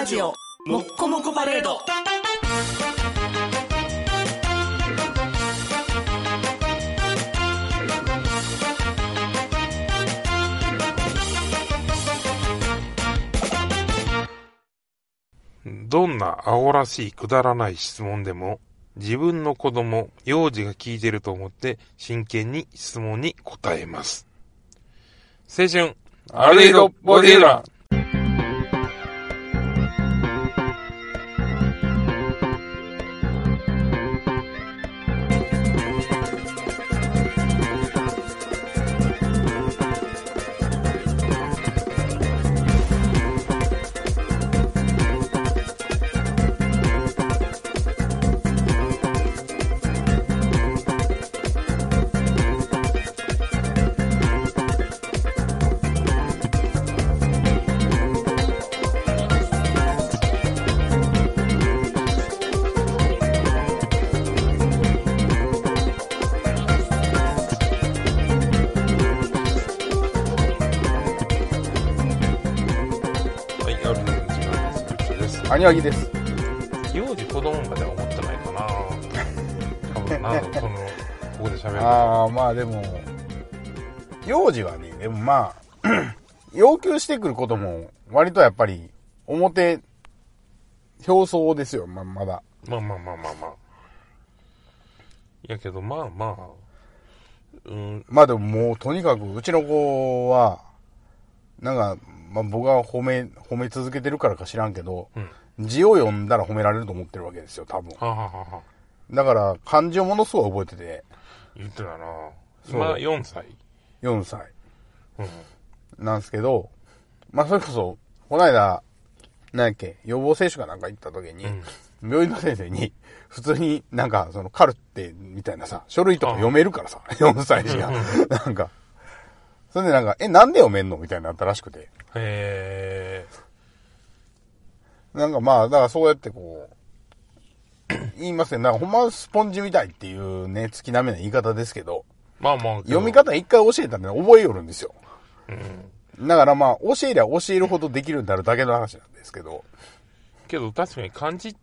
ラジオもっこもこパレード。 どんな青らしいくだらない質問でも自分の子供、幼児が聞いてると思って真剣に質問に答えます。青春アルデヒドボディーラー。 兄脇です。 幼児子供までは思ってないかな。多分な、ここで喋る。 ああ、まあでも、幼児はね、でもまあ、要求してくることも、割とやっぱり、表層ですよ、まだ。 まあ。やけど、まあ。 まあでももう、とにかく、うちの子は、なんか、まあ僕が褒め続けてるからか知らんけど、字を読んだら褒められると思ってるわけですよ、多分。だから、漢字をものすごい覚えてて。 言ってたな。今4歳。 4歳。なんですけど、まあそれこそ、この間、なんやっけ、予防接種かなんか行った時に、病院の先生に、普通になんか、そのカルテみたいなさ、書類とか読めるからさ、4歳児が。なんか、それでなんか、なんで読めんのみたいになったらしくて。なんかまあ、だからそうやってこう、言いますね。なんかほんまスポンジみたいっていうね、月並みな言い方ですけど、 まあ。 読み方一回教えたらね、覚えよるんですよ。だからまあ、教えりゃ教えるほどできるようになるだけの話なんですけど。 けど確かに漢字って、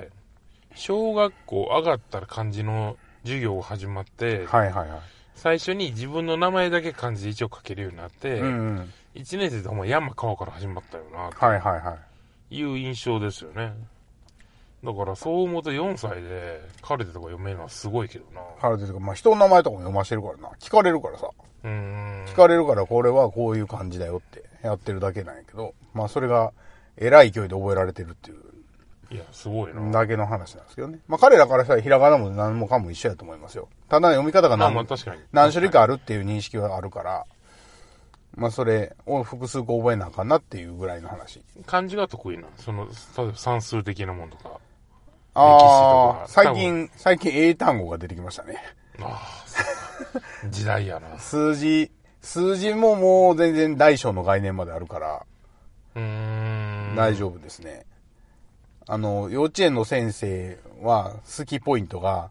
小学校上がったら漢字の授業が始まって、最初に自分の名前だけ漢字で一応書けるようになって、1年生でお前山川から始まったよな、という印象ですよね。だからそう思うと4歳でカルテとか読めるのはすごいけどな。 カルテとか、まあ人の名前とかも読ましてるからな。聞かれるからさ。聞かれるからこれはこういう感じだよってやってるだけなんやけど、まあそれが偉い勢いで覚えられてるっていう。 いや、すごいな。 だけの話なんですけどね。まあ彼らからしたらひらがなも何もかも一緒やと思いますよ。ただ読み方が何種類かあるっていう認識はあるから、まあそれを複数個覚えなあかんなっていうぐらいの話。 漢字が得意な。例えば算数的なものとか。 最近英単語が出てきましたね。 時代やな。 数字ももう全然大小の概念まであるから、大丈夫ですね。幼稚園の先生は好きポイントが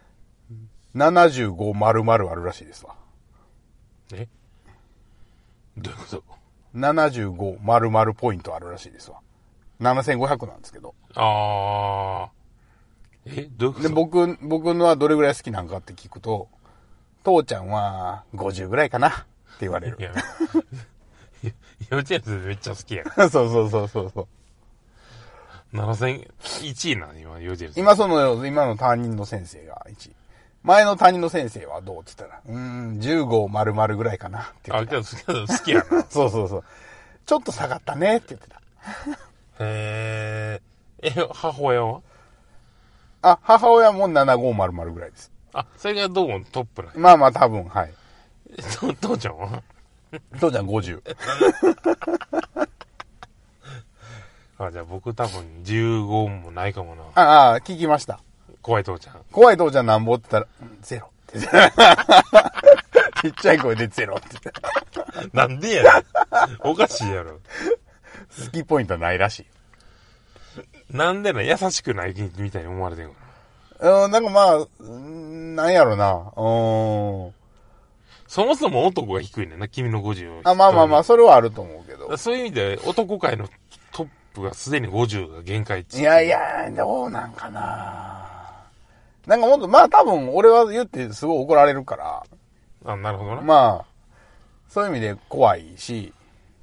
7500あるらしいですわ。 どういうこと？ 7500ポイントあるらしいですわ。7500なんですけど。 どういうこと？ で、僕のはどれぐらい好きなんかって聞くと、父ちゃんは50ぐらいかなって言われる。 いや幼稚園でめっちゃ好きやな。 そう。 7000、1位な、今、幼稚園。 今の担任の先生が1位。前の担任の先生はどうって言ったら、1500ぐらいかなって言ってた。 けど好きやな。 そう。ちょっと下がったねって言ってた。母親は？ 母親も7500ぐらいです。 それがどうもトップなの？ まあ多分、はい。 父ちゃんは？ 父ちゃん50。 じゃあ僕多分15もないかもな。 聞きました。 怖い父ちゃん。 怖い父ちゃんなんぼって言ったら、ゼロって言ってちっちゃい声でゼロって言ってなんでやねん。おかしいやろ。 好きポイントないらしい。 なんでな、優しくないみたいに思われてんかな。なんかまあ、なんやろな。 そもそも男が低いねんな、君の50。 まあ、それはあると思うけど。 そういう意味で男界のトップがすでに50が限界値。 いやいや、どうなんかな。なんかもっと、まあ多分俺は言ってすごい怒られるから。 あ、なるほどな。 まあ、そういう意味で怖いし、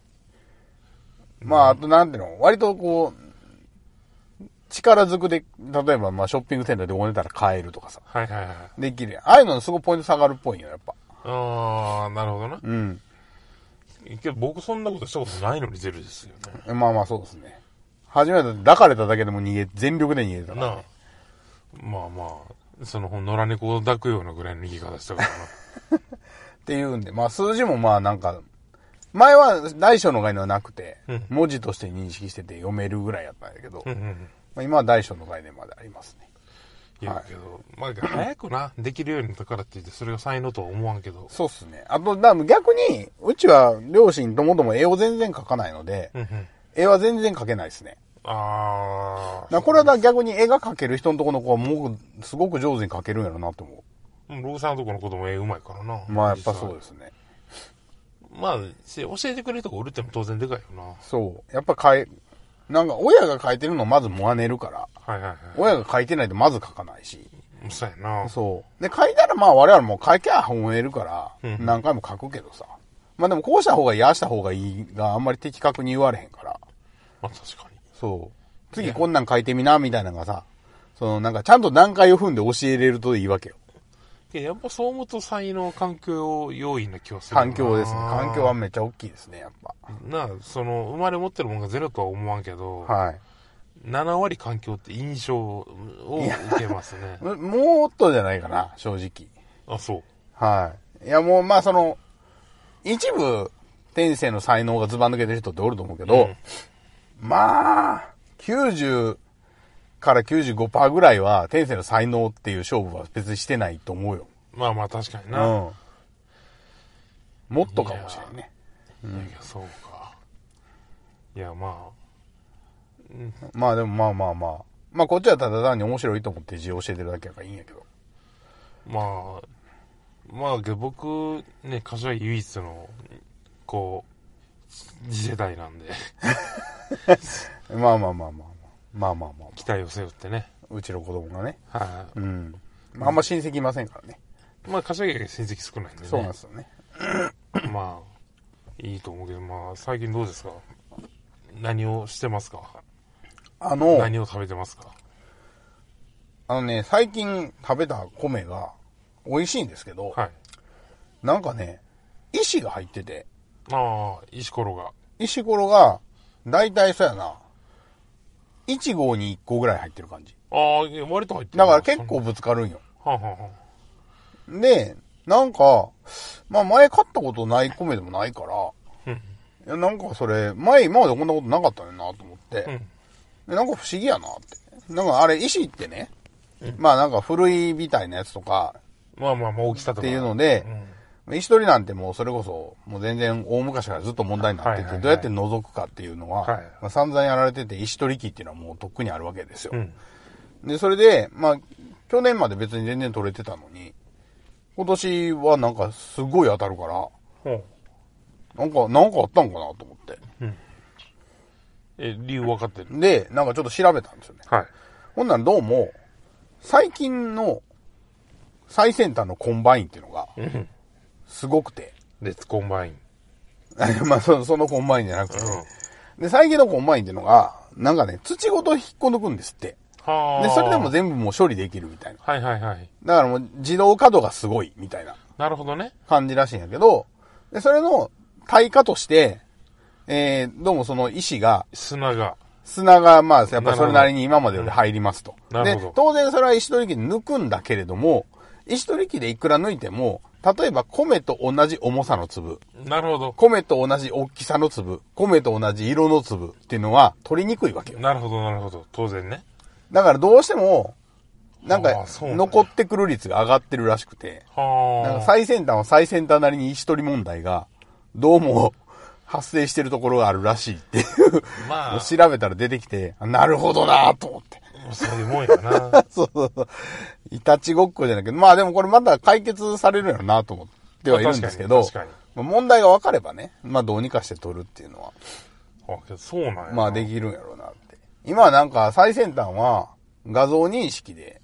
まああとなんていうの、割とこう、力ずくで、例えばまあショッピングセンターでおねたら買えるとかさ。 はいはいはい。 できるやん。ああいうのすごいポイント下がるっぽいよ、やっぱ。 ああ、なるほどな。 うん。 けど僕そんなことしたことないのにゼロですよね。 まあまあそうですね。初めて抱かれただけでも全力で逃げたから、ね。 まあまあ、その野良猫を抱くようなぐらいの逃げ方したからな。 っていうんで、まあ数字もまあなんか、前は大小の概念はなくて、文字として認識してて読めるぐらいやったんだけど、まあ、今は大小の概念までありますね。 いや、けど、まあ早くな、できるようになったからって言って、それが才能とは思わんけど。 そうっすね。あと、逆に、うちは両親ともども絵を全然描かないので、絵は全然描けないですね。 ああ。 これは逆に絵が描ける人のところの子はもうすごく上手に描けるんやろなと思う。ログさんのところの子供絵うまいからな。 まあやっぱそうですね。 まあ、教えてくれるとこおるっても当然でかいよな。 そう。やっぱなんか親が描いてるのをまず真似るから。 はいはいはい。 親が描いてないとまず描かないし。 そうやな。 そう。で、描いたらまあ我々も描きゃ褒めるから、何回も描くけどさ。まあでもこうした方がいい、ああした方がいいがあんまり的確に言われへんから。 まあ確かに。 そう。次こんなん描いてみな、みたいなのがさ、なんかちゃんと段階を踏んで教えれるといいわけよ。 やっぱそう思うと才能、環境要因な気はする。 環境ですね。環境はめっちゃ大きいですね、やっぱ。 生まれ持ってるもんがゼロとは思わんけど、 はい。 7割環境って印象を受けますね。 もっとじゃないかな、正直。 あ、そう。 はい。いやもうまあ一部、天性の才能がズバ抜けてる人っておると思うけど、まあ、90から 95% ぐらいは天性の才能っていう勝負は別にしてないと思うよ。 まあまあ確かにな。 もっとかもしれんね。 いや、そうか。いや、まあ。 まあでもまあまあまあ。まあこっちはただ単に面白いと思って字を教えてるだけやからいいんやけど。 まあ僕、ね、柏木唯一の、次世代なんで。 まあまあまあまあ。まあまあまあ。 期待を背負ってね。 うちの子供がね。 はい。 あんま親戚いませんからね。 まあ柏木が親戚少ないんでね。 そうなんですよね。 まあ、いいと思うけど、まあ最近どうですか？何をしてますか？何を食べてますか？ 最近食べた米が美味しいんですけど、 はい。 なんかね、石が入ってて。 ああ、石ころが。 石ころが、だいたいそうやな、1合に1個ぐらい入ってる感じ。 ああ、割と入ってる。 だから結構ぶつかるんよ。 はあ、はあ、で、なんか、まあ前買ったことない米でもないから、いやなんかそれ、今までこんなことなかったよなと思って、でなんか不思議やなって。なんかあれ石ってね、まあなんか古いみたいなやつとか、 まあ大きさとか。 っていうので、石取りなんてもうそれこそ、もう全然大昔からずっと問題になってて、どうやって覗くかっていうのは、まあ、散々やられてて、石取り機っていうのはもうとっくにあるわけですよ。で、それで、まあ、去年まで別に全然取れてたのに、今年はなんかすごい当たるから、なんかあったんかなと思って。 理由分かってる？ で、なんかちょっと調べたんですよね。 はい。 ほんならどうも、最近の最先端のコンバインっていうのが、すごくて。 レッツコンバイン。 まあそのコンバインじゃなくて、で、最近のコンバインっていうのが、なんかね、土ごと引っこ抜くんですって。で、それでも全部もう処理できるみたいな。 はいはいはい。 だからもう自動稼働がすごいみたいな。 なるほどね。 感じらしいんやけど、で、それの対価として、どうもその石が、 砂が、 まあ、やっぱそれなりに今までより入りますと。で、当然それは石取り機で抜くんだけれども、石取り機でいくら抜いても、例えば米と同じ重さの粒。 なるほど。 米と同じ大きさの粒。米と同じ色の粒っていうのは取りにくいわけよ。 なるほどなるほど。当然ね。 だからどうしても、なんか、残ってくる率が上がってるらしくて、なんか最先端は最先端なりに石取り問題が、どうも発生してるところがあるらしいっていう、まあ、調べたら出てきて、なるほどなと思って。 そういうもんやな。 そう。いたちごっこじゃないけど、まあでもこれまた解決されるやろなと思ってはいるんですけど、問題が分かればね、まあどうにかして取るっていうのはそうなんやな。 まあできるんやろうなって。今はなんか最先端は画像認識で、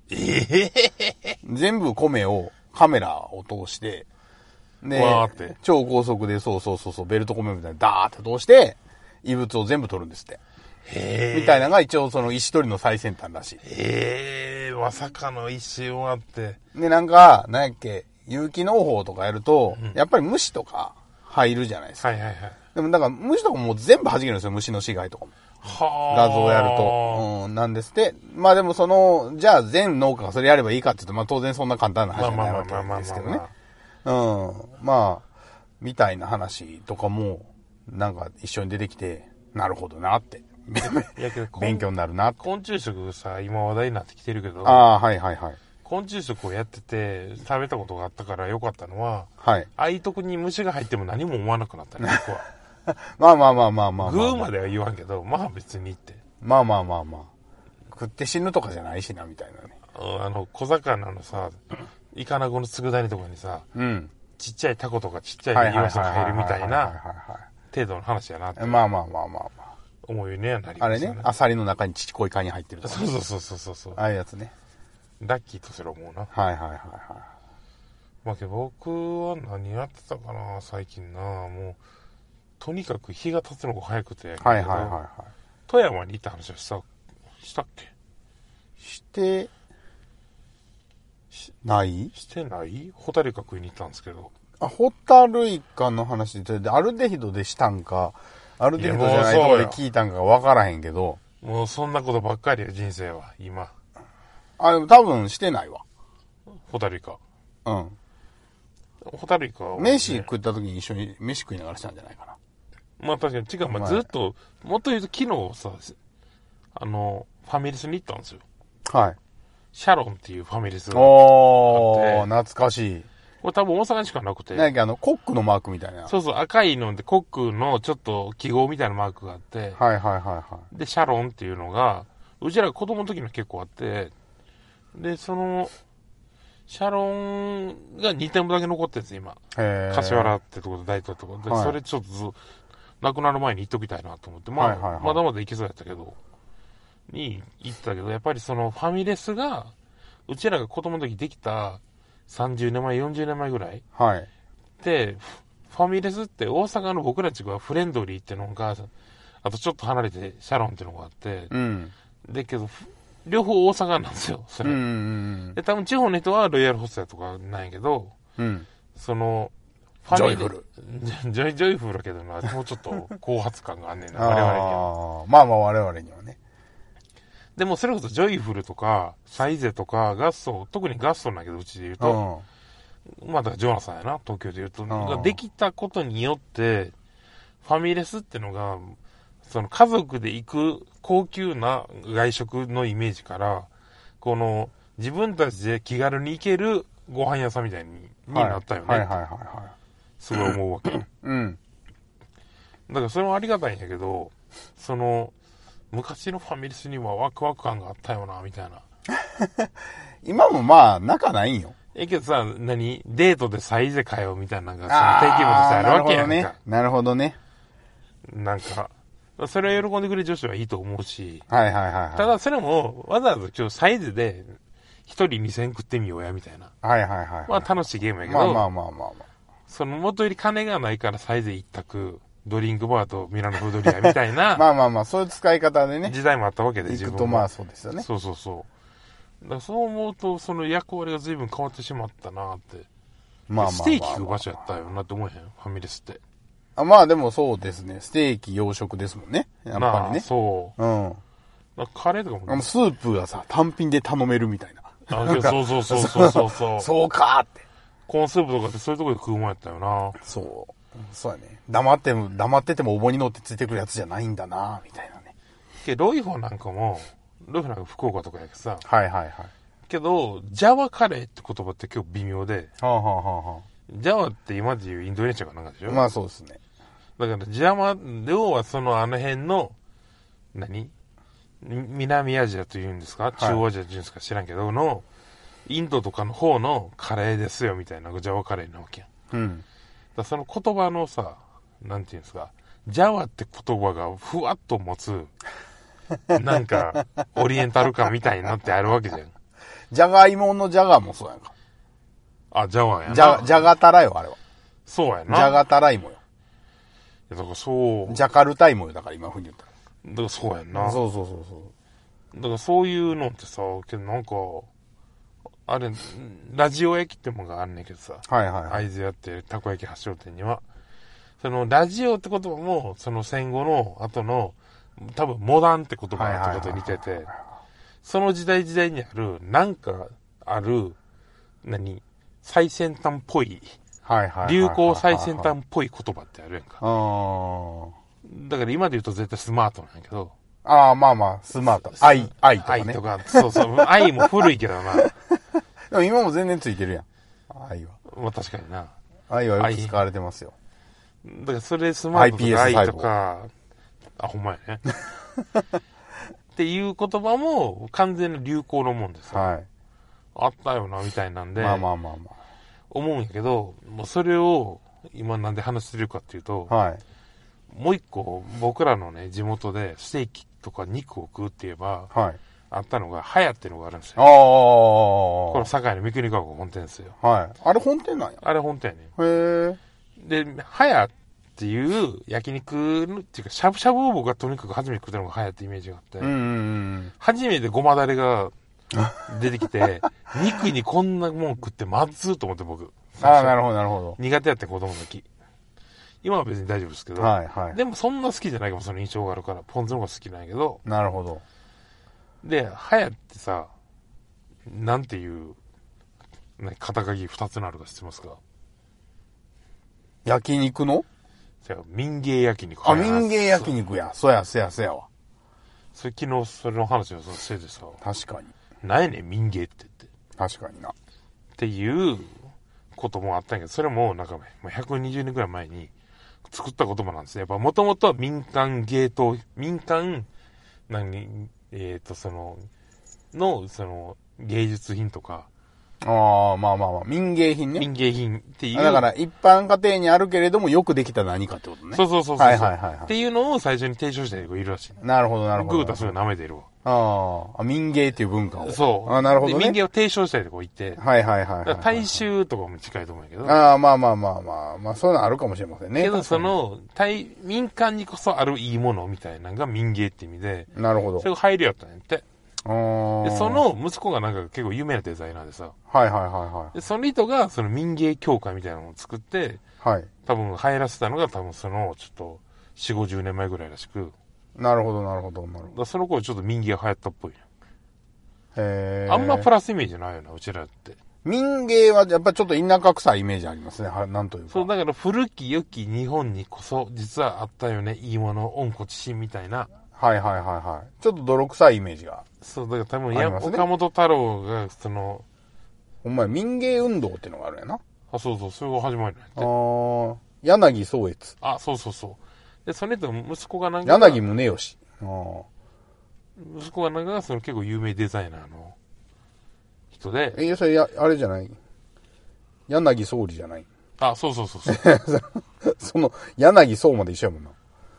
全部米をカメラを通して、で、超高速でそうベルト米みたいなダーって通して、異物を全部取るんですって。みたいなのが一応その石取りの最先端らしい。 まさかの一瞬あって。 で、なんか、なんやっけ、有機農法とかやると、やっぱり虫とか入るじゃないですか。でもだから虫とかも全部弾けるんですよ、虫の死骸とかも。画像やると。なんですって。まあでもじゃあ全農家がそれやればいいかって言うと、まあ当然そんな簡単な話じゃないわけですけどね。まあ、みたいな話とかも、なんか一緒に出てきて、なるほどなって。勉強になるなって。 昆虫食さ、今話題になってきてるけど。 はい。 昆虫食をやってて、食べたことがあったから良かったのは、 はい。 ああいうとこに虫が入っても何も思わなくなったね、僕は。 まあ。 グーまでは言わんけど、まあ別にって。 まあ。食って死ぬとかじゃないしな、みたいなね。 小魚のさ、イカナゴの佃煮とかにさ、ちっちゃいタコとかちっちゃいイワシが入るみたいな程度の話やなって。 まあ。 思うようにはなりますね。あれね、アサリの中にちっこいカニ入ってるとか、 ね。そう。 ああいうやつね。 ラッキーとすら思うな。 はい。 まあけど僕は何やってたかな、最近な。もう、とにかく日が経つのが早くて。 はい。 富山に行った話はしたっけ？ してないホタルイカ食いに行ったんですけど。 ホタルイカの話で、アルデヒドでしたんか、アルデヒドじゃないところで聞いたんかわからへんけど。 もうそんなことばっかりよ、人生は、今。 でも多分してないわ。 ホタルイカ。ホタルイカは、 ね。飯食った時に一緒に飯食いながらしたんじゃないかな。 まあ確かに、違う、まあずっと、もっと言うと昨日さ、ファミレスに行ったんですよ。 はい。 シャロンっていうファミレスがあって。 懐かしい。 これ多分大阪にしかなくて。 なんかコックのマークみたいな。 そう、赤いので、コックのちょっと記号みたいなマークがあって。 はい。 で、シャロンっていうのが、うちらが子供の時の結構あって、で、シャロンが2店舗だけ残ってるんです、今。柏原ってところと大東ってところで、それちょっとなくなる前に行っときたいなと思って、まあ、まだまだ行けそうやったけど、に行ったけど、やっぱりファミレスが、うちらが子供の時できた30年前、40年前ぐらい。 はい。 で、ファミレスって大阪の僕らちはフレンドリーってのが、あとちょっと離れてシャロンってのがあって、で、けど、両方大阪なんですよ、それ。で、多分地方の人はロイヤルホストやとかないけど、ファミリー。ジョイフルだけどな、もうちょっと後発感があんねんな、我々には。 まあ我々にはね。 でもそれこそジョイフルとか、サイゼとか、ガスト、特にガストなんだけど、うちで言うと、まあだからジョナサンやな、東京で言うと、ができたことによって、ファミレスってのが、家族で行く高級な外食のイメージから、自分たちで気軽に行けるご飯屋さんみたいになったよね。すごい思うわけ。だからそれもありがたいんやけど、昔のファミレスにはワクワク感があったよな、みたいな。 今もまあ、仲ないんよ。 けどさ、デートでサイゼ通うみたいなのが、定型文としてあるわけやんか。 なるほどね。 なんか、それを喜んでくれる女子はいいと思うし。 ただ、それも、わざわざ今日サイズで、一人2000食ってみようや、みたいな。まあ楽しいゲームやけど。元より金がないからサイズ一択、ドリンクバーとミラノフードリアみたいな。 そういう使い方でね。 時代もあったわけで、 自分とまあそうですよね。 そう。だからそう思うと、その役割が随分変わってしまったなって。ステーキ食う場所やったよなって思えへん、ファミレスって。 まあでもそうですね。ステーキ洋食ですもんね。やっぱりね。 そう。カレーとかもスープがさ、単品で頼めるみたいな。 そう。 そうかーって。 コーンスープとかってそういうところで食うもんやったよな。 そうやね。黙っててもお盆に乗ってついてくるやつじゃないんだなみたいなね。 ロイホなんか福岡とかやけどさ。けど、ジャワカレーって言葉って結構微妙で。ジャワって今で言うインドネシアかなんかでしょ。 まあそうですね。 だからジャワ、要はあの辺の、南アジアというんですか、中央アジアというんですか知らんけどインドとかの方のカレーですよみたいなジャワカレーなわけやん。だその言葉のさ、なんていうんですか、 ジャワって言葉がふわっと持つ、なんか、オリエンタル感みたいになってあるわけじゃん。 じゃがいものジャガもそうやんか。 あ、ジャワやな。 じゃがたらよ、あれは。 そうやな。 じゃがたらいもよ。 だからそう。 ジャカルタイもよ、だから今風に言ったら。 だからそうやんな。 そう。 だからそういうのってさ、けどなんか、あれ、ラジオ焼きってものがあんねんけどさ。会津やってるたこ焼き発祥店には。そのラジオって言葉も、その戦後の後の、多分モダンって言葉ってことに似てて、その時代にある、なんかある、最先端っぽい、流行最先端っぽい言葉ってあるやんか。だから今で言うと絶対スマートなんやけど。 ああ、まあ、スマート。愛とかね。 愛とか、そう、愛も古いけどな。でも今も全然ついてるやん。愛は。 まあ確かにな。 愛はよく使われてますよ。 だからそれスマートとか愛とか、あ、ほんまやね。っていう言葉も完全に流行のもんでさ、あったよな、みたいなんで、思うんやけど、もうそれを今なんで話してるかっていうと、もう一個僕らのね、地元でステーキとか肉を食うって言えば、あったのが、はやっていうのがあるんですよ。この堺の三国川本店ですよ。 あれ本店なんや。 あれ本店ね。 へで、はやっていう焼肉の、っていうか、しゃぶしゃぶを僕がとにかく初めて食ったのがはやってイメージがあって、初めてごまだれが出てきて、肉にこんなもん食ってまずーと思って僕。 なるほど。 苦手やって子供の時。今は別に大丈夫ですけど、でもそんな好きじゃないかも、その印象があるから、ポン酢の方が好きなんやけど。 なるほど。 で、はやってさ、なんていう、肩書き2つのあるか知ってますか？ 焼肉の？ 民芸焼肉。 民芸焼肉や。そうやわ。 それ昨日それの話をしててさ。 確かに。 なんやねん、民芸って言って。 確かにな。 っていうこともあったんやけど、それもなんか120年くらい前に作った言葉なんですね。やっぱもともとは民間、その芸術品とか。 民芸品ね。 民芸品っていう。 だから一般家庭にあるけれどもよくできた何かってことね。 そう。っていうのを最初に提唱した人がいるらしい。 なるほど。 グータすぐ舐めてるわ。民芸っていう文化を。 そう。 なるほどね。 民芸を提唱した人がいて。大衆とかも近いと思うんやけど。 そういうのあるかもしれませんね。 けど民間にこそあるいいものみたいなのが民芸って意味で。 なるほど。 それが入りやったんやって。で、その息子がなんか結構有名なデザイナーでさ。で、その人がその民芸協会みたいなのを作って、多分入らせたのが多分そのちょっと4、50年前ぐらいらしく。 なるほど。 その頃ちょっと民芸が流行ったっぽい。あんまプラスイメージないよな、うちらって。 民芸はやっぱちょっと田舎臭いイメージありますね。なんというか。 そう、だから古き良き日本にこそ実はあったよね、いいもの、温故知新みたいな。 ちょっと泥臭いイメージが。 そう、だから多分、岡本太郎が、 ほんまや、民芸運動っていうのがあるやな。 そう、それが始まりなんやって。 柳宗悦。 そう。で、それと息子がなんか。柳宗悦。 息子がなんか結構有名デザイナーの人で。 それあれじゃない？柳総理じゃない？ そう。 その、柳宗まで一緒やもんな。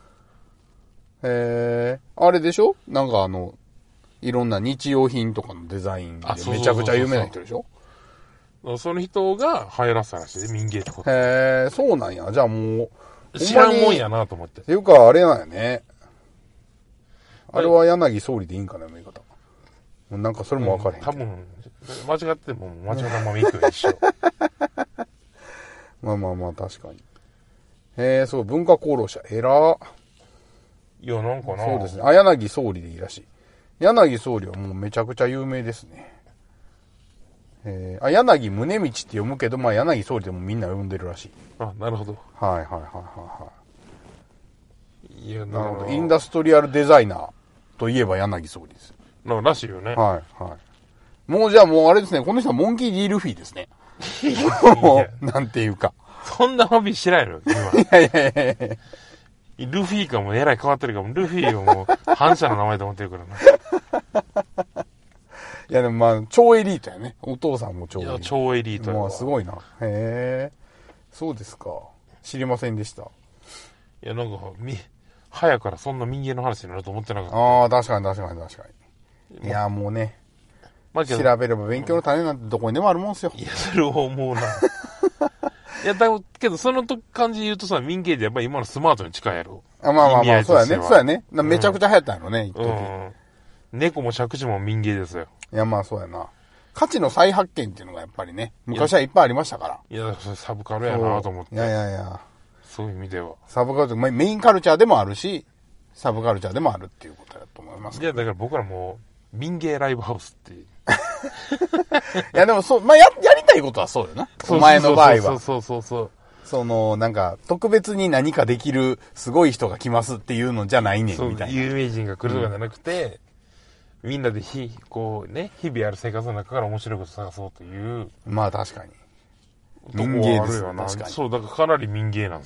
あれでしょ？なんかいろんな日用品とかのデザインでめちゃくちゃ有名な人でしょ？ その人が入らせたらしいで、民芸ってこと。 そうなんや。じゃあもう。 知らんもんやなと思って。 っていうか、あれなんやね。あれは柳総理でいいんかな、読み方。なんかそれも分かれへん。 多分、間違っても間違ったままいくよ、一緒。 確かに。そう、文化功労者。 いや、なんかな。 そうですね。柳総理でいいらしい。柳総理はもうめちゃくちゃ有名ですね。柳宗道って読むけど、柳総理でもみんな呼んでるらしい。 なるほど。 いや、なるほど。インダストリアルデザイナーといえば柳総理です。 らしいよね。 もうじゃあもうあれですね、この人はモンキー・ディ・ルフィですね。なんていうか。 そんなホビー知らんよ、今。 いや。 ルフィかもえらい変わってるかも。ルフィをもう反射の名前と思ってるからな。 いやでも超エリートやね。お父さんも超エリート。 いや、超エリートやわ。 すごいな。そうですか。知りませんでした。 いや、なんか、早からそんな民芸の話になると思ってなかった。 ああ、確かに。いや、もうね、まあ、調べれば勉強の種なんてどこにでもあるもんすよ。 いや、それを思うな。いや、けど、その感じで言うとさ、民芸ってやっぱり今のスマートに近いやろ。 まあ、そうやね。めちゃくちゃ流行ったんやろね、一時。 猫も借地も民芸ですよ。 いや、まあそうやな。価値の再発見っていうのがやっぱりね、昔はいっぱいありましたから。 いや、それサブカルやなと思って。 いや。 そういう意味では。 サブカルチャー、メインカルチャーでもあるし、サブカルチャーでもあるっていうことだと思います。 いや、だから僕らもう、民芸ライブハウスっていう。いや、でもそう、まあやりたいことはそうよな。お前の場合は。 そう。 なんか、特別に何かできる、すごい人が来ますっていうのじゃないねん、みたいな。 有名人が来るとかじゃなくて、みんなでこうね、日々ある生活の中から面白いこと探そうという。 まあ確かに。民芸ですよ、確かに。 そう、だからかなり民芸なん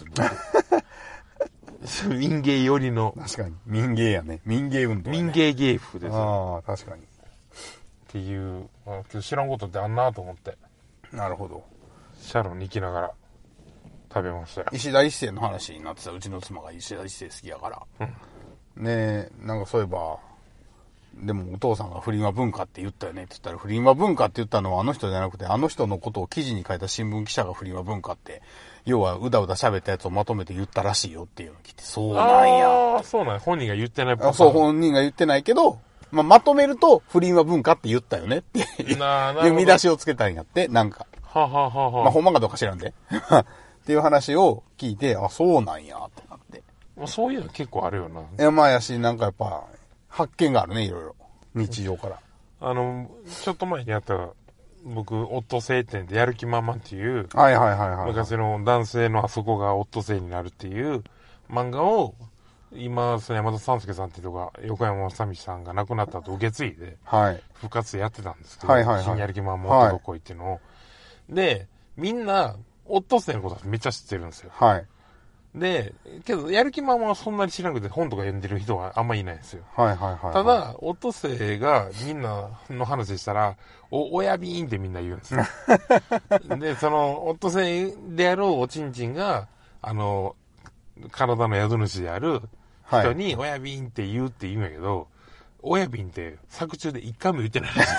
ですよ、民芸寄りの。 確かに。民芸やね。民芸運動、ね。 民芸芸風ですよ。ああ、確かに。 っていう、知らんことってあんなと思って。 なるほど。 シャロンに行きながら食べましたよ。 石田一世の話になってた。うちの妻が石田一世好きやから。ねえ、なんかそういえば、でもお父さんが不倫は文化って言ったよねって言ったら、不倫は文化って言ったのはあの人じゃなくて、あの人のことを記事に書いた新聞記者が不倫は文化って、要はうだうだ喋ったやつをまとめて言ったらしいよっていうのを聞いて、そうなんや。 ああ、そうなんや。本人が言ってない。 そう、本人が言ってないけど、まとめると不倫は文化って言ったよねっていう見出しをつけたんやって、なんか。まあほんまかどうか知らんで。っていう話を聞いて、あ、そうなんやってなって。 そういうの結構あるよな。いや、まあやし、なんかやっぱ、発見があるね、いろいろ。日常から。 ちょっと前にやった、僕、オットセイ店でやる気満々っていう、昔の男性のあそこがオットセイになるっていう漫画を、今、山田三介さんっていう人が、横山正道さんが亡くなった後受け継いで、復活でやってたんですけど、新やる気満々男恋っていうのを。で、みんな、オットセイのことはめっちゃ知ってるんですよ。で、けど、やる気満々はそんなに知らなくて本とか読んでる人はあんまりいないんですよ。ただ、オットセイがみんなの話したら、親ビーンってみんな言うんですよ。で、その、オットセイであろうおちんちんが、体の宿主である人に、親ビーンって言うって言うんやけど、親ビーンって作中で一回も言ってないらしい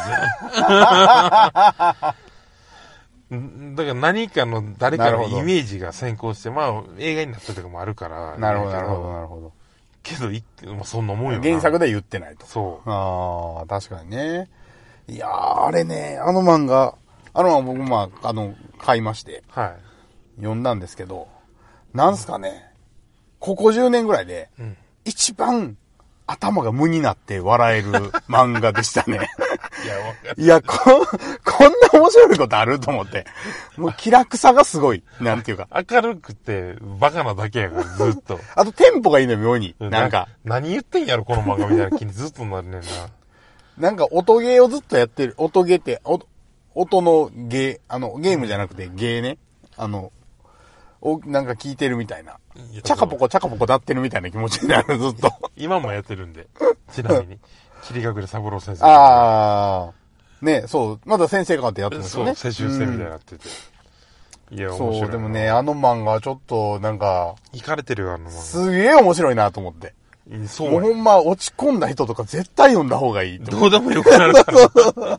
んですよ。だから何かの誰かのイメージが先行して、まあ映画になったとかもあるから。 なるほど。 けど、そんなもんよな。 原作で言ってないと。 そう。 ああ、確かにね。いやー、あれね、あの漫画僕買いまして。読んだんですけど、なんすかね、ここ10年ぐらいで、一番頭が無になって笑える漫画でしたね。いや、こんな面白いことあると思って。もう気楽さがすごい。なんていうか。 明るくて、バカなだけやから、ずっと。 あとテンポがいいのよ、妙に。なんか。 何言ってんやろ、この漫画みたいな気にずっとなるねんな。 なんか音ゲーをずっとやってる。音ゲーって、音のゲー、ゲームじゃなくてゲーね。なんか聞いてるみたいな。チャカポコ鳴ってるみたいな気持ちになる、ずっと。 今もやってるんで。ちなみに。桐隠三郎先生。 ああ。ね、そう。まだ先生がってやってるんですよね。 そう、世襲生みたいになってて。いや、面白い。 そう、でもね、あの漫画ちょっと、なんか。 惹かれてるよ、あの漫画。 すげえ面白いなと思って。そう。もうほんま落ち込んだ人とか絶対読んだ方がいい。 どうでもよくなるから。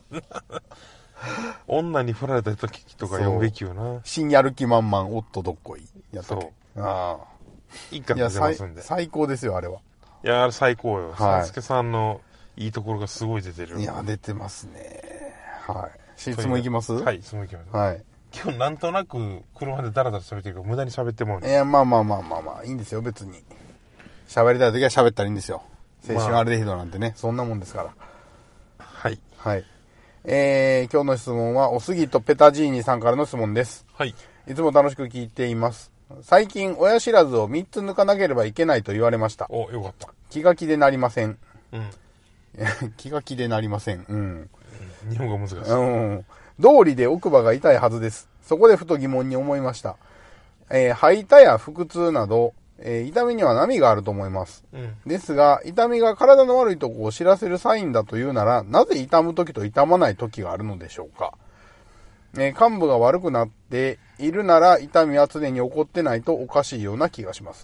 女に振られた時とか読むべきよな。 新やる気満々、夫どっこい。やったっけ。 そう。ああ。一巻出ますんで。 最高ですよ、あれは。 いや、あれ最高よ。さすけさんのいいところがすごい出てる。 いや、出てますね。はい。質問いきます？ はい、質問いきます。 はい。 今日なんとなく車でダラダラ喋ってるから無駄に喋ってもらう。 いや、まあ、いいんですよ、別に。喋りたい時は喋ったらいいんですよ。青春アルデヒドなんてね、そんなもんですから。 はい。 はい。今日の質問は、おすぎとペタジーニさんからの質問です。 はい。 いつも楽しく聞いています。最近、親知らずを3つ抜かなければいけないと言われました。 お、よかった。 気が気でなりません。 うん。 気が気でなりません。うん。 日本語難しい。 うん。道理で奥歯が痛いはずです。そこでふと疑問に思いました。吐いたや腹痛など、痛みには波があると思います。 うん。 ですが、痛みが体の悪いところを知らせるサインだというなら、なぜ痛む時と痛まない時があるのでしょうか。患部が悪くなっているなら、痛みは常に起こってないとおかしいような気がします。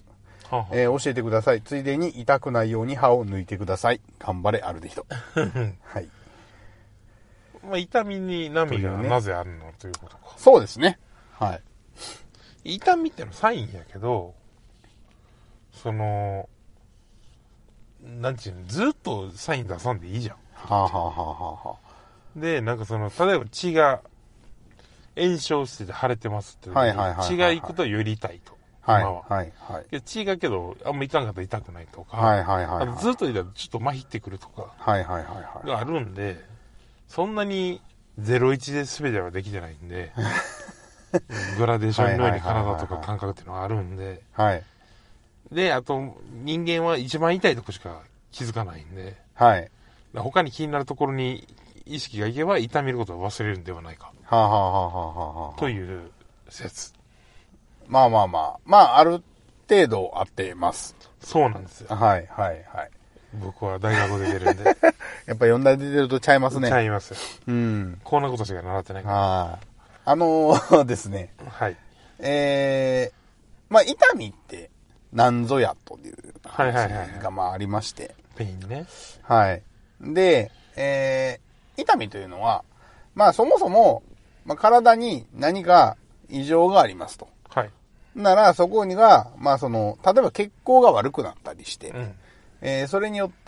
はは教えてください。ついでに痛くないように歯を抜いてください。頑張れ、あるで人。はい。 まあ、痛みに波がなぜあるのということか。 そうですね。はい。 痛みってのはサインやけど、なんちゅうの、ずっとサイン出さんでいいじゃん。 はあ、はあはあはあ、 で、なんか例えば血が炎症してて腫れてますって時に、血が行くとより痛いと。 はい、はいはい。 血がけど、あんま痛かったら痛くないとか、 はいはいはい、はい。 ずっと痛いとちょっと麻痺ってくるとか、 はいはいはいはい。 があるんで、そんなに01で全てはできてないんで、グラデーションのように体とか感覚っていうのがあるんで、 はい。 で、あと、人間は一番痛いとこしか気づかないんで、 はい。 他に気になるところに意識がいけば痛みることを忘れるんではないか。 はあ、はあはあはあはあ、 という説。 まあまあまあ。まあ、ある程度合ってます。 そうなんですよ。 はいはいはい。 僕は大学出てるんで。 やっぱ読んだり出てるとちゃいますね。 ちゃいますよ。 うん。 こんなことしか習ってないから。 ですね。 はい。 まあ、痛みって何ぞやという話がまあありまして。 ペインね。 はい。で、痛みというのは、まあそもそも、まあ、体に何か異常がありますと。 はい。 なら、そこには、まあ例えば血行が悪くなったりして、それによって、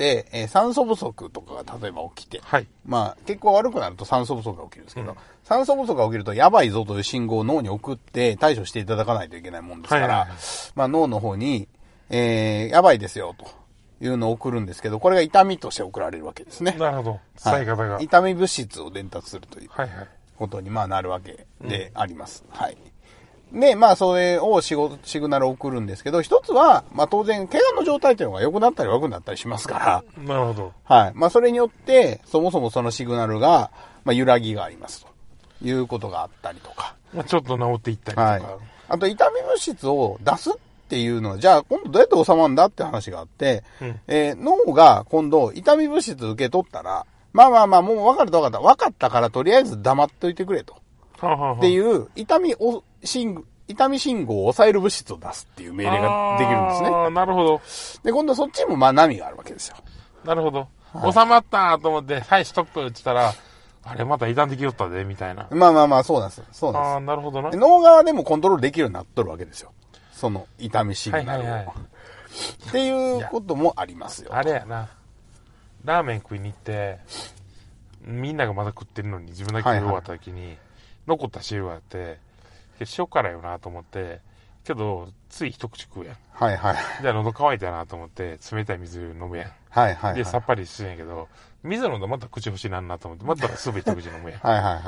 酸素不足とかが例えば起きて、 はい。 まあ血行が悪くなると酸素不足が起きるんですけど、酸素不足が起きるとやばいぞという信号を脳に送って対処していただかないといけないもんですから、まあ脳の方に、やばいですよというのを送るんですけど、これが痛みとして送られるわけですね。 なるほど。伝え方が、 痛み物質を伝達するということにまあなるわけであります。はい。で、まあ、それをシグナルを送るんですけど、一つは、まあ、当然、怪我の状態というのが良くなったり悪くなったりしますから。 なるほど。 はい。まあ、それによって、そもそもそのシグナルが、まあ、揺らぎがありますということがあったりとか。 まあ、ちょっと治っていったりとか。はい。 あと、痛み物質を出すっていうのは、じゃあ、今度どうやって収まるんだって話があって、脳が今度、痛み物質受け取ったら、まあまあまあ、もう分かったから、とりあえず黙っといてくれと。っていう、痛み信号を抑える物質を出すっていう命令ができるんですね。 ああ、なるほど。 で、今度そっちもまあ波があるわけですよ。 なるほど。はい、収まったと思って、はい、ストップって言ったら、あれまた傷んできよったで、みたいな。 まあまあまあ、そうなんです。そうなんです。 ああ、なるほどな。 脳側でもコントロールできるようになっとるわけですよ。その痛みシグナルを。っていうこともありますよ。 あれやな。ラーメン食いに行って、みんながまだ食ってるのに自分だけ食い終わった時に、残った汁があって、塩辛よなと思って、けど、つい一口食うやん。 はいはい。 じゃあ喉乾いたなと思って、冷たい水飲むやん。 はいはい。 で、さっぱりするんやけど、水飲んだらまた口欲しなんなと思って、またすぐ一口飲むやん。 はいはいはい。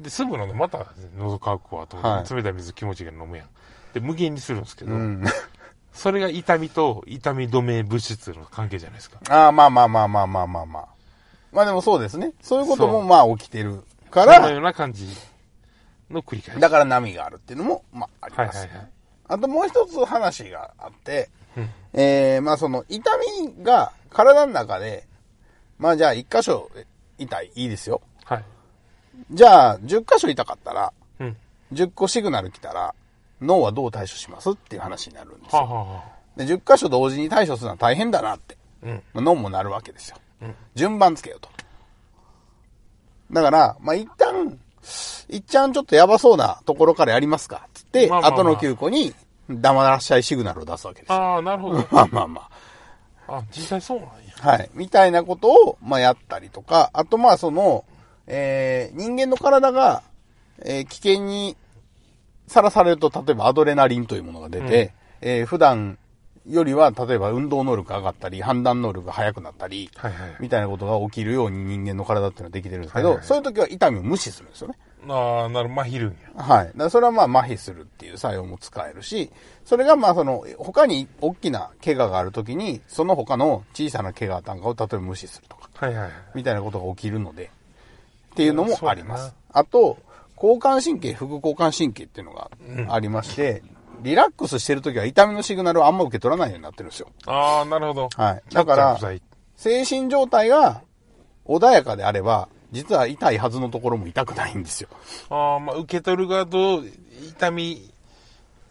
で、すぐ飲んだらまた喉乾くわと思って、冷たい水気持ちいいから飲むやん。で、無限にするんですけど、それが痛みと痛み止め物質の関係じゃないですか。 ああ、まあまあまあまあまあまあまあ。まあでもそうですね。そういうこともまあ起きてるから。 そのような感じ。の繰り返し。 だから波があるっていうのも、まあ、あります。あともう一つ話があって、まあその痛みが体の中で、まあじゃあ一箇所痛いですよ。 はい。 じゃあ10箇所痛かったら、10個シグナル来たら、脳はどう対処しますっていう話になるんですよ。で10箇所同時に対処するのは大変だなって、脳もなるわけですよ。順番つけようと。だから、まあ一旦ちょっとやばそうなところからやりますかつって、後の9個に黙らっしゃいシグナルを出すわけです。 ああ、なるほど。 まあまあまあ。あ、実際そうなんや。 はい。みたいなことを、まあやったりとか、あとまあ人間の体が、危険にさらされると、例えばアドレナリンというものが出て、普段よりは、例えば運動能力が上がったり、判断能力が速くなったり、みたいなことが起きるように人間の体っていうのはできてるんですけど、そういう時は痛みを無視するんですよね。 ああ、なるほど、麻痺るんや。 はい。だからそれはまあ麻痺するっていう作用も使えるし、それがまあ他に大きな怪我がある時に、その他の小さな怪我なんかを例えば無視するとか、みたいなことが起きるので、っていうのもあります。あと、交感神経、副交感神経っていうのがありまして、リラックスしてるときは痛みのシグナルをあんま受け取らないようになってるんですよ。 ああ、なるほど。 はい。だから、精神状態が穏やかであれば、実は痛いはずのところも痛くないんですよ。 ああ、まあ、受け取る側と痛み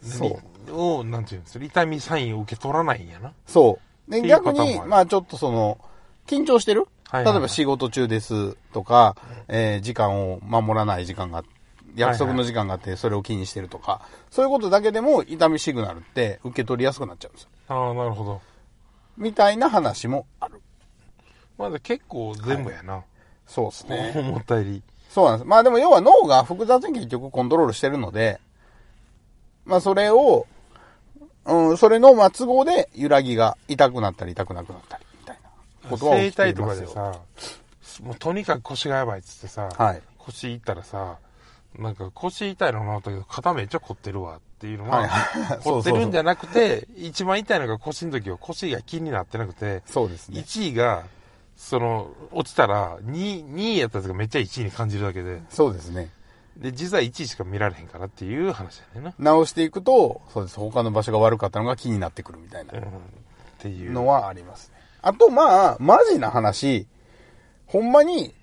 そう。なんていうんですか、痛みサインを受け取らないんやな。 そう。で、逆に、まあちょっと緊張してる、例えば仕事中ですとか、時間を守らない時間が、約束の時間があってそれを気にしてるとか、そういうことだけでも痛みシグナルって受け取りやすくなっちゃうんですよ。 ああ、なるほど。 みたいな話もある。 まだ結構全部やな。 そうですね。 思ったより。 そうなんです。まあでも要は脳が複雑に結局コントロールしてるので、まあそれを、それの都合で揺らぎが痛くなったり痛くなくなったりみたいなことは起きていますよ。 整体とかでさ、もうとにかく腰がやばいっつってさ、 はい、 腰痛ったらさ、なんか腰痛いの治ったけど肩めっちゃ凝ってるわっていうのは、はい、凝ってるんじゃなくて、一番痛いのが腰の時は腰が気になってなくて、 そうですね。 1位が、落ちたら2位やったやつがめっちゃ1位に感じるだけで。 そうですね。 で、実は1位しか見られへんからっていう話だよね。 直していくと、そうです。他の場所が悪かったのが気になってくるみたいな。 っていうのはありますね。あと、まあ、マジな話、ほんまに、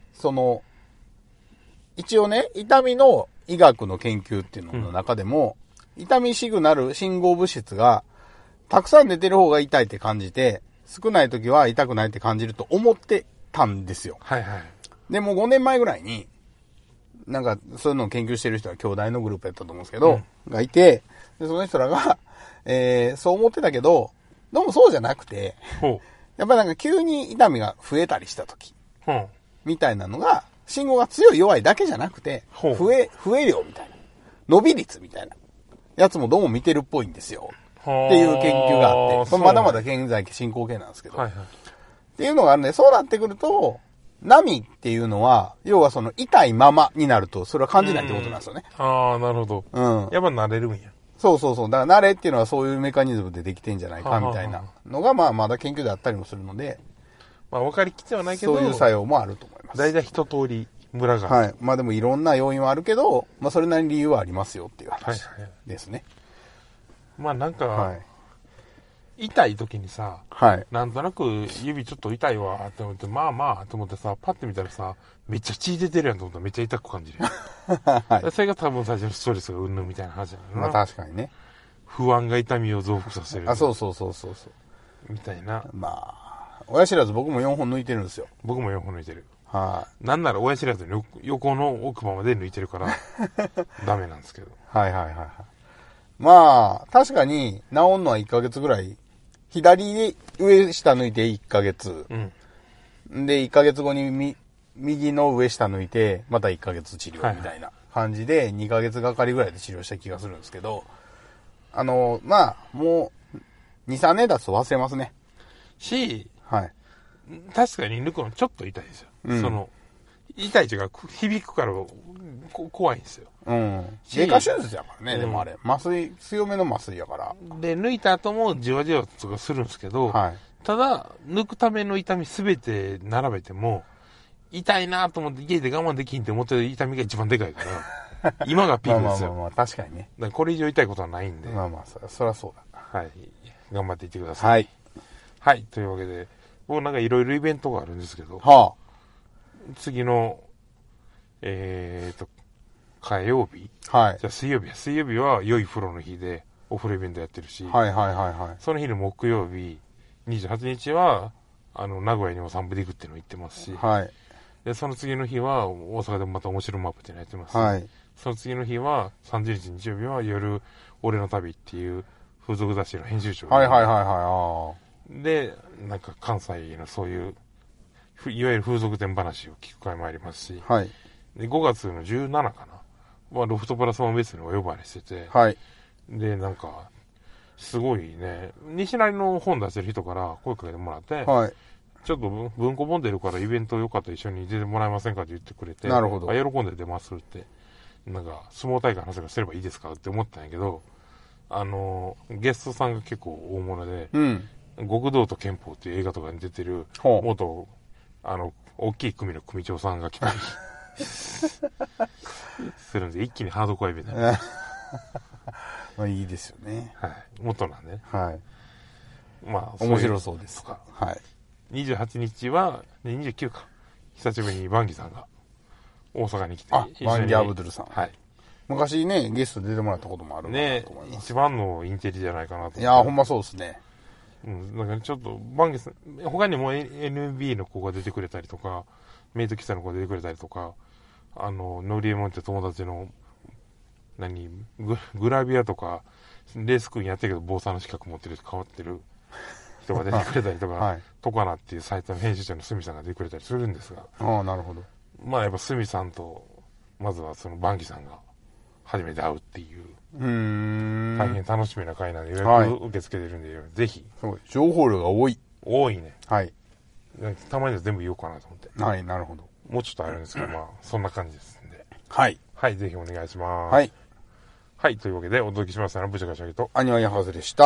一応ね、痛みの医学の研究っていうのの中でも、痛みシグナル、信号物質が、たくさん出てる方が痛いって感じて、少ない時は痛くないって感じると思ってたんですよ。 はいはい。 で、もう5年前ぐらいに、なんか、そういうのを研究してる人は兄弟のグループやったと思うんですけど、がいて、で、その人らが、そう思ってたけど、どうもそうじゃなくて、やっぱりなんか急に痛みが増えたりした時、みたいなのが、信号が強い弱いだけじゃなくて、増え量みたいな、伸び率みたいな、やつもどうも見てるっぽいんですよ。っていう研究があって、まだまだ現在進行形なんですけど、はいはい、っていうのがあるんで、そうなってくると、波っていうのは、要は痛いままになると、それは感じないってことなんですよね。 ああ、なるほど。やっぱ慣れるんや。 そうそうそう。だから慣れっていうのはそういうメカニズムでできてんじゃないかみたいなのが、まあまだ研究であったりもするので、 まあ分かりきってはないけど、 そういう作用もあると思います。 大体一通りムラがある。はい。まあでもいろんな要因はあるけど、まあそれなりに理由はありますよっていう話ですね。 まあなんか、痛い時にさ、なんとなく指ちょっと痛いわって思って、まあまあと思ってさ、パッて見たらさ、めっちゃ血出てるやんと思ったらめっちゃ痛く感じるやん。それが多分最初のストレスがうんぬんみたいな話だよな。 まあ確かにね。 不安が痛みを増幅させる。 あ、そうそうそうそう。 みたいな。 まあ、親知らず僕も4本抜いてるんですよ。 僕も4本抜いてる。 はい。 なんなら親知らずの横の奥歯まで抜いてるから、ダメなんですけど。 はいはいはい。まあ、確かに治んのは1ヶ月ぐらい。左で上下抜いて1ヶ月。で、1ヶ月後に右の上下抜いて、また1ヶ月治療みたいな感じで、2ヶ月がかりぐらいで治療した気がするんですけど、まあ、もう、2、3年経つと忘れますね。 はい。確かに抜くのちょっと痛いですよ。痛いというか、響くから怖いんですよ。 外科手術やからね、でもあれ。麻酔、強めの麻酔やから。 で、抜いた後もじわじわとかするんですけど、ただ、抜くための痛みすべて並べても、痛いなと思って家で我慢できんって思ってる痛みが一番でかいから、今がピークですよ。 まあ確かにね。 だからこれ以上痛いことはないんで。 まあまあ、そりゃそうだ。 はい。頑張っていってください。はい。というわけで、僕なんかいろいろイベントがあるんですけど、次の、火曜日、じゃあ水曜日は良い風呂の日でお風呂イベントやってるし、その日の木曜日、28日は、名古屋にも散歩で行くっていうのを言ってますし、で、その次の日は大阪でもまた面白マップっていうのやってますし、その次の日は30日日曜日は夜、俺の旅っていう風俗雑誌の編集長で、なんか関西のそういう、いわゆる風俗店話を聞く会もありますし、で5月の17かな、ロフトプラスワンベースにお呼ばれしてて、で、なんか、すごいね、西成の本出してる人から声かけてもらって、ちょっと文庫本出るからイベントよかったら一緒に出てもらえませんかって言ってくれて、 なるほど。 喜んで出ますって、なんか、相撲大会の話がすればいいですかって思ったんやけど、ゲストさんが結構大物で、極道と憲法っていう映画とかに出てる、元、大きい組の組長さんが来たりするんで、一気にハードコアイベントになりました。 まあいいですよね。 元なんでね。まあ、面白そうですか。 28日は、29か。久しぶりにバンギさんが大阪に来て。 バンギアブドゥルさん。 昔ね、ゲスト出てもらったこともあるかなと思います。 ね、一番のインテリじゃないかなと思って。 いや、ほんまそうですね。 うん、だからちょっと、バンゲさん、他にも NB の子が出てくれたりとか、メイト喫茶の子が出てくれたりとか、ノリエモンって友達の、グラビアとか、レースクーンやってるけど、坊さんの資格持ってる変わってる人が出てくれたりとか、はい、トカナっていうサイトの編集長のスミさんが出てくれたりするんですが、 ああ、なるほど。 まあやっぱスミさんと、まずはそのバンギさんが初めて会うっていう、大変楽しみな回なんで予約受け付けてるんで、はい、ぜひ。 情報量が多い。 多いね。 はい。 たまには全部言おうかなと思って。 はい、なるほど。 もうちょっとあるんですけど、まあ、そんな感じですんで。 はい。 はい、ぜひお願いします。 はい。 はい、というわけで、お届けしましたのは、ブチャカシャギと、 アニワヤハズでした。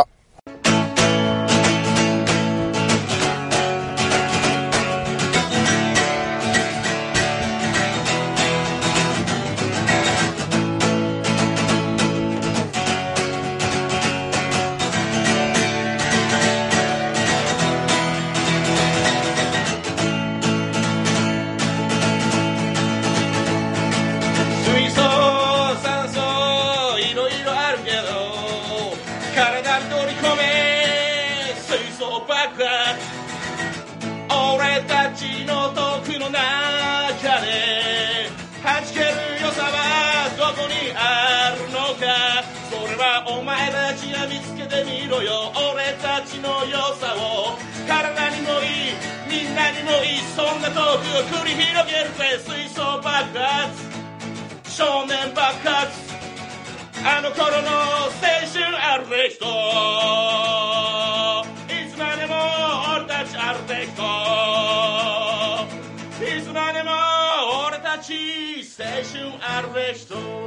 俺たちのトークの中で弾ける良さはどこにあるのか、それはお前たちが見つけてみろよ。俺たちの良さを体にもいいみんなにもいい、そんなトークを繰り広げるぜ。吹奏爆発少年爆発、あの頃の青春あるべきと、いつまでも俺たちあるべきと、いつまでも俺たち青春あるべきと。